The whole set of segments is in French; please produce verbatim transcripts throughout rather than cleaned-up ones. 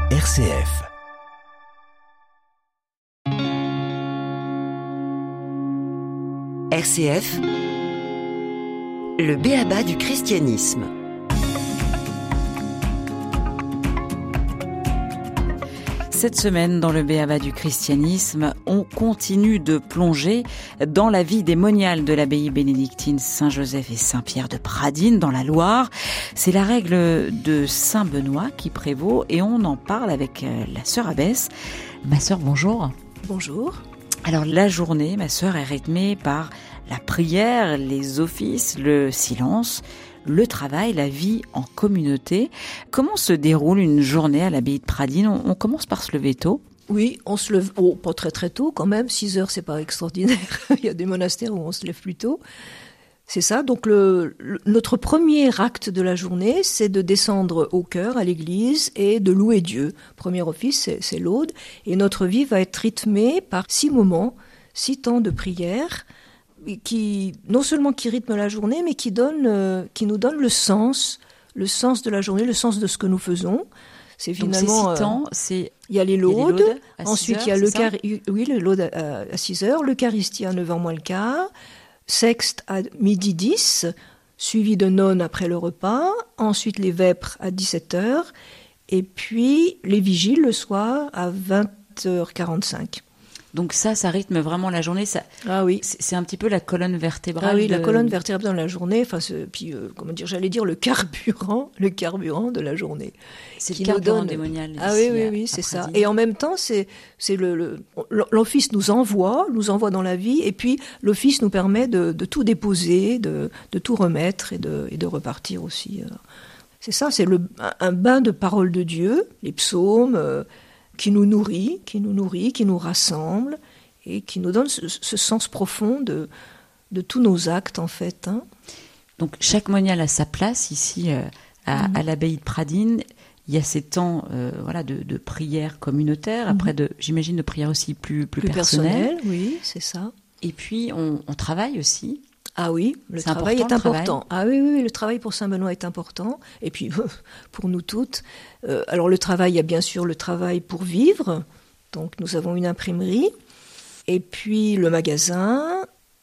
R C F. R C F, le b.a.-ba du christianisme. Cette semaine, dans le b.a.-ba du christianisme, on continue de plonger dans la vie des moniales de l'abbaye bénédictine Saint-Joseph et Saint-Pierre de Pradines, dans la Loire. C'est la règle de Saint-Benoît qui prévaut et on en parle avec la sœur abbesse. Ma sœur, bonjour. Bonjour. Alors, la journée, ma sœur, est rythmée par la prière, les offices, le silence, le travail, la vie en communauté. Comment se déroule une journée à l'abbaye de Pradines ? on, on commence par se lever tôt. Oui, on se lève, oh, pas très très tôt quand même, six heures c'est pas extraordinaire. Il y a des monastères où on se lève plus tôt. C'est ça, donc le, le, notre premier acte de la journée, c'est de descendre au chœur, à l'église, et de louer Dieu. Premier office, c'est, c'est l'aude, et notre vie va être rythmée par six moments, six temps de prière, qui non seulement qui rythment la journée, mais qui donne, euh, qui nous donne le sens, le sens de la journée, le sens de ce que nous faisons. C'est finalement. Donc, ces six temps, euh, c'est. Il y a les laudes. Ensuite, il y a le car... oui, le laude à, à six heures, l'Eucharistie à neuf heures moins le quart, sexte à midi dix, suivi de nonne après le repas. Ensuite, les vêpres à dix-sept heures, et puis les vigiles le soir à vingt heures quarante-cinq. Donc ça, ça rythme vraiment la journée. Ça, ah oui, c'est, c'est un petit peu la colonne vertébrale. Ah oui, de... la colonne vertébrale de la journée. Enfin, c'est, puis euh, comment dire, j'allais dire le carburant, le carburant de la journée. C'est le carburant donne... des moniales. Ah oui, oui, oui, c'est ça. Et en même temps, c'est, c'est le, le, l'office nous envoie, nous envoie dans la vie, et puis l'office nous permet de, de tout déposer, de, de tout remettre et de, et de repartir aussi. C'est ça, c'est le, un bain de parole de Dieu, les psaumes. Euh, qui nous nourrit, qui nous nourrit, qui nous rassemble et qui nous donne ce, ce sens profond de, de tous nos actes en fait. Hein. Donc chaque moniale a sa place ici euh, à, mmh. à l'abbaye de Pradines. Il y a ces temps euh, voilà, de, de prière communautaire, mmh. après de, j'imagine de prière aussi plus, plus, plus personnelle. personnelle. Oui, c'est ça. Et puis on, on travaille aussi. Ah oui, le c'est travail important, est important. Travail. Ah oui, oui, oui, le travail pour Saint-Benoît est important. Et puis, pour nous toutes. Euh, alors, le travail, il y a bien sûr le travail pour vivre. Donc, nous avons une imprimerie. Et puis, le magasin.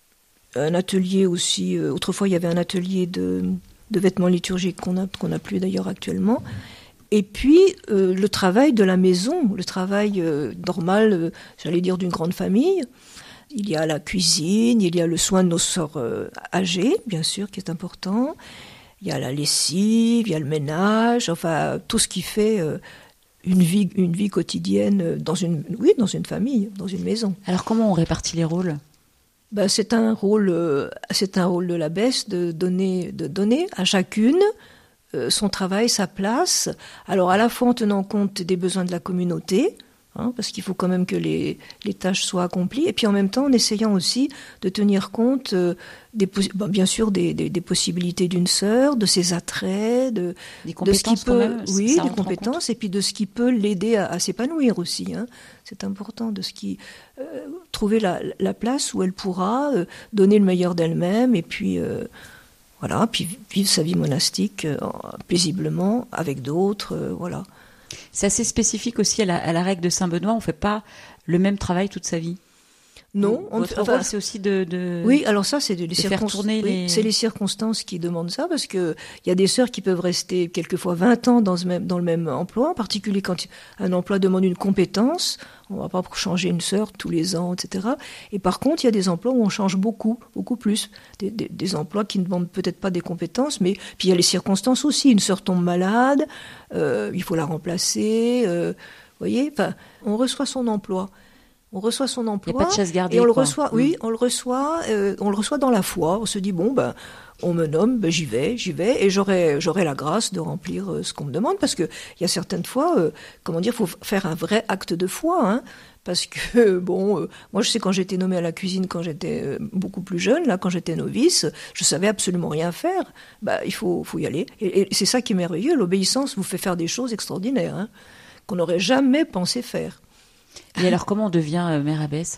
Un atelier aussi. Euh, autrefois, il y avait un atelier de, de vêtements liturgiques qu'on a, qu'on n'a plus d'ailleurs actuellement. Et puis, euh, le travail de la maison. Le travail euh, normal, euh, j'allais dire, d'une grande famille. Il y a la cuisine, il y a le soin de nos sœurs euh, âgées, bien sûr, qui est important. Il y a la lessive, il y a le ménage, enfin, tout ce qui fait euh, une vie, une vie quotidienne dans une, oui, dans une famille, dans une maison. Alors, comment on répartit les rôles ? Ben, c'est un rôle, euh, c'est un rôle de l'abbesse de donner, de donner à chacune euh, son travail, sa place. Alors, à la fois en tenant compte des besoins de la communauté, Hein, parce qu'il faut quand même que les, les tâches soient accomplies, et puis en même temps en essayant aussi de tenir compte euh, des, bon, bien sûr des, des, des possibilités d'une sœur, de ses attraits, de, des compétences de ce qui peut, quand même, oui, des compétences, et puis de ce qui peut l'aider à, à s'épanouir aussi. Hein. C'est important de ce qui euh, trouver la, la place où elle pourra euh, donner le meilleur d'elle-même, et puis euh, voilà, puis vivre sa vie monastique euh, paisiblement avec d'autres, euh, voilà. C'est assez spécifique aussi à la, à la règle de Saint-Benoît, on ne fait pas le même travail toute sa vie. Non, on Votre rôle, c'est aussi de, de oui, alors ça, c'est de, les de faire tourner oui, les... c'est les circonstances qui demandent ça, parce que il y a des sœurs qui peuvent rester quelquefois vingt ans dans, ce même, dans le même emploi, en particulier quand un emploi demande une compétence. On ne va pas changer une sœur tous les ans, et cetera. Et par contre, il y a des emplois où on change beaucoup, beaucoup plus. Des, des, des emplois qui ne demandent peut-être pas des compétences, mais puis il y a les circonstances aussi. Une sœur tombe malade, euh, il faut la remplacer. Euh, vous voyez, enfin, on reçoit son emploi. On reçoit son emploi. Il n'y a pas de chasse gardée. Et on le quoi. reçoit, mmh. oui, on le reçoit, euh, on le reçoit dans la foi. On se dit bon ben, on me nomme, ben j'y vais, j'y vais, et j'aurai, j'aurai la grâce de remplir euh, ce qu'on me demande, parce que il y a certaines fois, euh, comment dire, faut faire un vrai acte de foi, hein, parce que bon, euh, moi je sais quand j'étais nommée à la cuisine quand j'étais euh, beaucoup plus jeune, là quand j'étais novice, je savais absolument rien faire. Bah il faut, faut y aller, et, et c'est ça qui est merveilleux. L'obéissance vous fait faire des choses extraordinaires, hein, qu'on n'aurait jamais pensé faire. Et alors, comment on devient euh, mère abbesse ?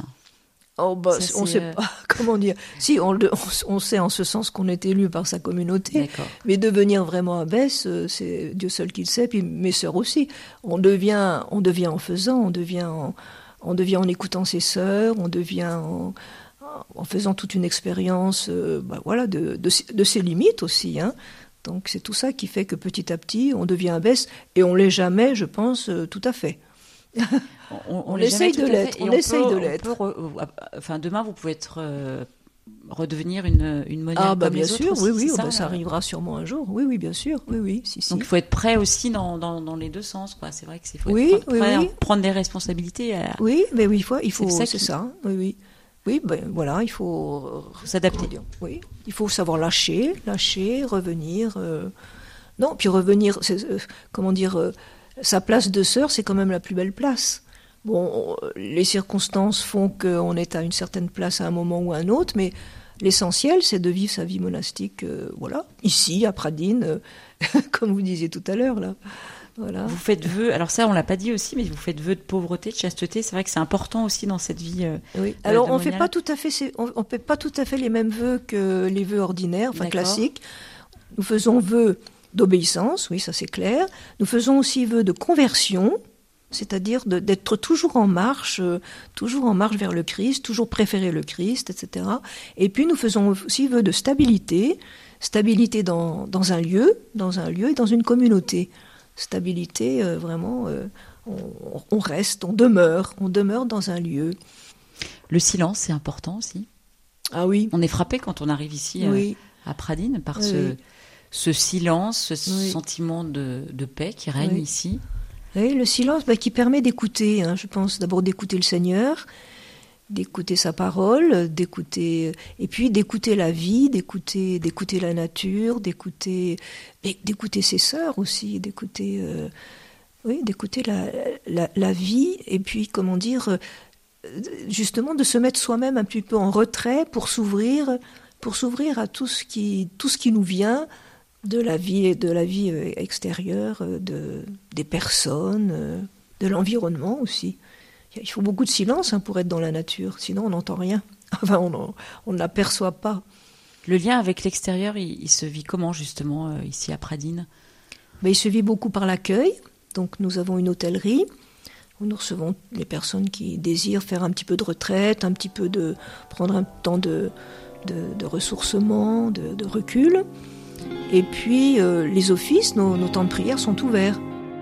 Oh bah, Ça, on ne c'est, sait euh, pas comment dire. Si, on, le- on, on sait en ce sens qu'on est élu par sa communauté, D'accord. mais devenir vraiment abbesse, euh, c'est Dieu seul qui le sait, puis mes sœurs aussi. On devient, on devient en faisant, on devient en, on devient en écoutant ses sœurs, on devient en, en faisant toute une expérience, euh, bah, voilà, de, de, de ses limites aussi, hein. Donc c'est tout ça qui fait que petit à petit, on devient abbesse, et on l'est jamais, je pense, euh, tout à fait. On, On l'est essaye jamais de tout à l'être, fait, et on essaye peut- de on l'être. peut re- euh, enfin, demain, vous pouvez être euh, redevenir une, une moniale Ah bah comme bien les sûr, autres oui, aussi, oui, c'est oh, bah, ça, ça euh. arrivera sûrement un jour. Oui, oui, bien sûr, oui, oui, si, si. Donc il faut être prêt aussi dans, dans, dans les deux sens, quoi. C'est vrai que c'est faut Oui, être oui, prêt oui. à prendre des responsabilités, à Oui, mais oui, il faut, il faut, C'est ça c'est qui- ça, oui, oui. Oui, ben voilà, il faut, faut s'adapter. comment dire, oui, il faut savoir lâcher, lâcher, revenir. euh, Non, puis revenir, c'est, euh, comment dire, euh, sa place de sœur, c'est quand même la plus belle place. Bon, on- les circonstances font qu'on est à une certaine place à un moment ou à un autre, mais l'essentiel, c'est de vivre sa vie monastique, euh, voilà, ici, à Pradines, euh, comme vous disiez tout à l'heure, là. Voilà. Vous faites vœu, alors ça on l'a pas dit aussi, mais vous faites vœu de pauvreté, de chasteté. C'est vrai que c'est important aussi dans cette vie. euh, Oui. de- Alors de on fait moniale. pas tout à fait, ces- on, on fait pas tout à fait les mêmes vœux que les vœux ordinaires, enfin D'accord. classiques. Nous faisons vœux d'obéissance, oui, ça c'est clair. Nous faisons aussi vœux de conversion, c'est-à-dire de- d'être toujours en marche, euh, toujours en marche vers le Christ, toujours préférer le Christ, et cetera. Et puis nous faisons aussi vœux de stabilité, stabilité dans, dans un lieu, dans un lieu et dans une communauté. Stabilité, euh, vraiment, euh, on, on reste, on demeure, on demeure dans un lieu. Le silence, c'est important aussi. Ah oui, On est frappé quand on arrive ici euh, oui. à Pradines par Oui, ce, oui. ce silence, ce Oui. sentiment de, de paix qui règne Oui. ici. Oui, le silence bah, qui permet d'écouter, hein, je pense d'abord d'écouter le Seigneur, d'écouter sa parole, d'écouter et puis d'écouter la vie, d'écouter d'écouter la nature, d'écouter et d'écouter ses sœurs aussi, d'écouter euh, oui, d'écouter la, la, la vie et puis comment dire euh, justement de se mettre soi-même un petit peu en retrait pour s'ouvrir pour s'ouvrir à tout ce qui tout ce qui nous vient de la vie de la vie euh, extérieure, euh, de des personnes, euh, de l'environnement aussi. Il faut beaucoup de silence hein, pour être dans la nature, sinon on n'entend rien. Enfin, on en- on ne l'aperçoit pas. Le lien avec l'extérieur, il, il se vit comment justement euh, ici à Pradines? Mais il se vit beaucoup par l'accueil. Donc nous avons une hôtellerie où nous recevons les personnes qui désirent faire un petit peu de retraite, un petit peu de prendre un temps de, de, de ressourcement, de, de recul. Et puis euh, les offices, nos, nos temps de prière sont ouverts.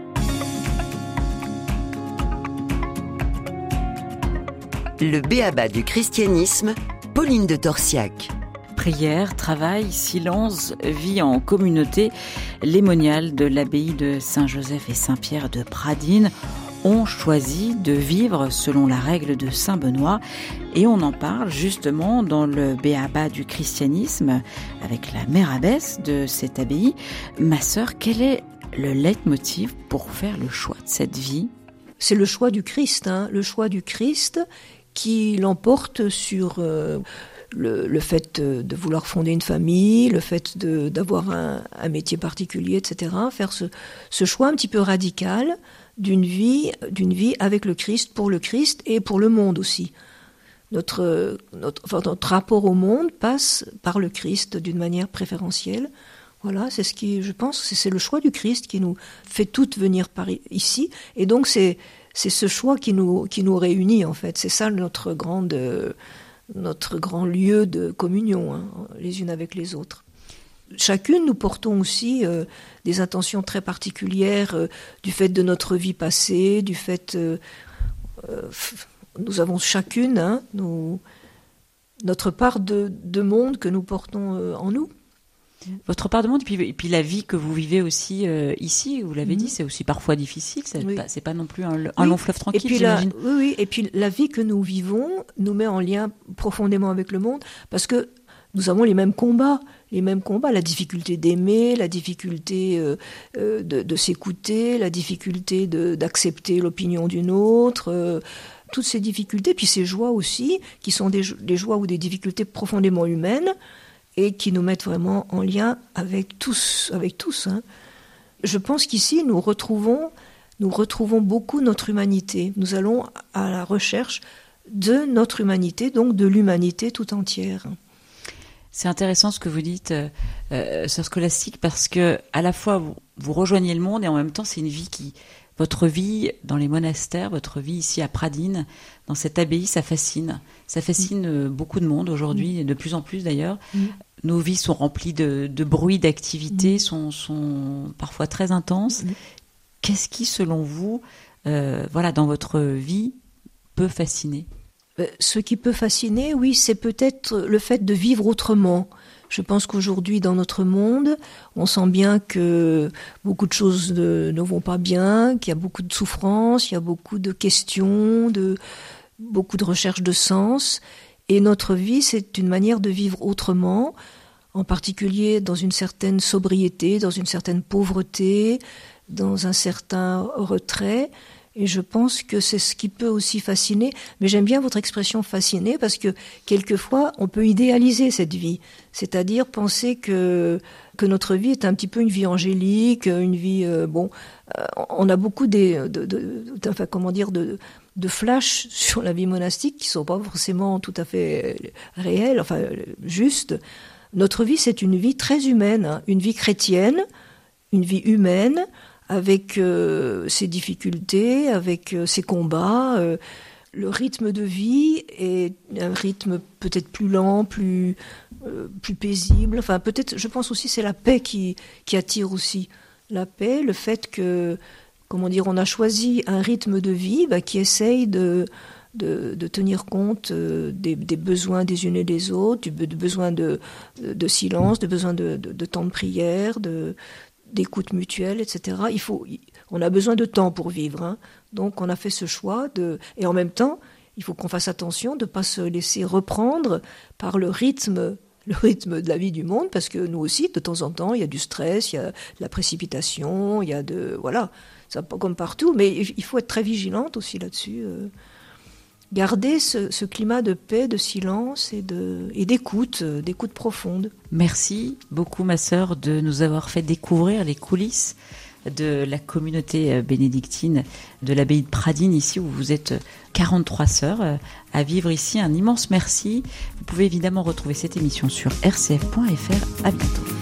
Le b.a.-ba du christianisme, Pauline de Torsiac. Prière, travail, silence, vie en communauté. Les moniales de l'abbaye de Saint-Joseph et Saint-Pierre de Pradines ont choisi de vivre selon la règle de Saint Benoît. Et on en parle justement dans le b.a.-ba du christianisme avec la mère abbesse de cette abbaye. Ma sœur, quel est le leitmotiv pour faire le choix de cette vie? C'est le choix du Christ, hein, le choix du Christ qui l'emporte sur euh, le, le fait de, de vouloir fonder une famille, le fait de, d'avoir un, un métier particulier, et cetera. Faire ce, ce choix un petit peu radical d'une vie, d'une vie avec le Christ, pour le Christ et pour le monde aussi. Notre, notre, enfin, notre rapport au monde passe par le Christ d'une manière préférentielle. Voilà, c'est ce qui, je pense, c'est, c'est le choix du Christ qui nous fait toutes venir par ici. Et donc, c'est, c'est ce choix qui nous, qui nous réunit, en fait. C'est ça notre, grande, euh, notre grand lieu de communion, hein, les unes avec les autres. Chacune, nous portons aussi euh, des intentions très particulières euh, du fait de notre vie passée, du fait... Euh, euh, nous avons chacune hein, nous, notre part de, de monde que nous portons euh, en nous. Votre part de monde, et puis, et puis la vie que vous vivez aussi euh, ici, vous l'avez Mhm. dit, c'est aussi parfois difficile, c'est, Oui. pas, c'est pas non plus un, un Oui. long fleuve Et tranquille, puis la, j'imagine. oui, oui, et puis la vie que nous vivons nous met en lien profondément avec le monde, parce que nous avons les mêmes combats, les mêmes combats, la difficulté d'aimer, la difficulté euh, euh, de, de s'écouter, la difficulté de, d'accepter l'opinion d'une autre, euh, toutes ces difficultés, puis ces joies aussi, qui sont des, jo- des joies ou des difficultés profondément humaines, et qui nous mettent vraiment en lien avec tous. Avec tous hein. Je pense qu'ici, nous retrouvons, nous retrouvons beaucoup notre humanité. Nous allons à la recherche de notre humanité, donc de l'humanité tout entière. C'est intéressant ce que vous dites, euh, euh, sœur Scolastique, parce que à la fois vous, vous rejoignez le monde et en même temps c'est une vie qui, votre vie dans les monastères, votre vie ici à Pradines, dans cette abbaye, ça fascine. Ça fascine mmh. beaucoup de monde aujourd'hui, et de plus en plus d'ailleurs. Mmh. Nos vies sont remplies de, de bruit, d'activités, mmh. sont, sont parfois très intenses. Mmh. Qu'est-ce qui, selon vous, euh, voilà, dans votre vie, peut fasciner ? Ce qui peut fasciner, oui, c'est peut-être le fait de vivre autrement. Je pense qu'aujourd'hui, dans notre monde, on sent bien que beaucoup de choses ne, ne vont pas bien, qu'il y a beaucoup de souffrances, il y a beaucoup de questions, de, beaucoup de recherches de sens. Et notre vie, c'est une manière de vivre autrement, en particulier dans une certaine sobriété, dans une certaine pauvreté, dans un certain retrait. Et je pense que c'est ce qui peut aussi fasciner. Mais j'aime bien votre expression « fasciner » parce que quelquefois, on peut idéaliser cette vie. C'est-à-dire penser que, que notre vie est un petit peu une vie angélique, une vie... Euh, bon, euh, on a beaucoup des, de, de, de, enfin, comment dire, de, de flashs sur la vie monastique qui ne sont pas forcément tout à fait réels, enfin, justes. Notre vie, c'est une vie très humaine, hein, une vie chrétienne, une vie humaine, avec euh, ses difficultés, avec euh, ses combats. Euh, le rythme de vie est un rythme peut-être plus lent, plus, euh, plus paisible. Enfin, peut-être, je pense aussi, c'est la paix qui, qui attire aussi. La paix, le fait que, comment dire, on a choisi un rythme de vie bah, qui essaye de, de, de tenir compte euh, des, des besoins des unes et des autres, du de besoin de, de silence, de besoin de, de, de temps de prière, de d'écoute mutuelle, et cetera. Il faut, on a besoin de temps pour vivre, hein. Donc on a fait ce choix de, et en même temps, il faut qu'on fasse attention de ne pas se laisser reprendre par le rythme, le rythme de la vie du monde, parce que nous aussi, de temps en temps, il y a du stress, il y a de la précipitation, il y a de, voilà, ça pas comme partout, mais il faut être très vigilante aussi là-dessus. Euh, garder ce, ce climat de paix, de silence et, de, et d'écoute, d'écoute profonde. Merci beaucoup, ma sœur, de nous avoir fait découvrir les coulisses de la communauté bénédictine de l'abbaye de Pradines, ici où vous êtes quarante-trois sœurs à vivre ici. Un immense merci. Vous pouvez évidemment retrouver cette émission sur r c f point f r. À bientôt.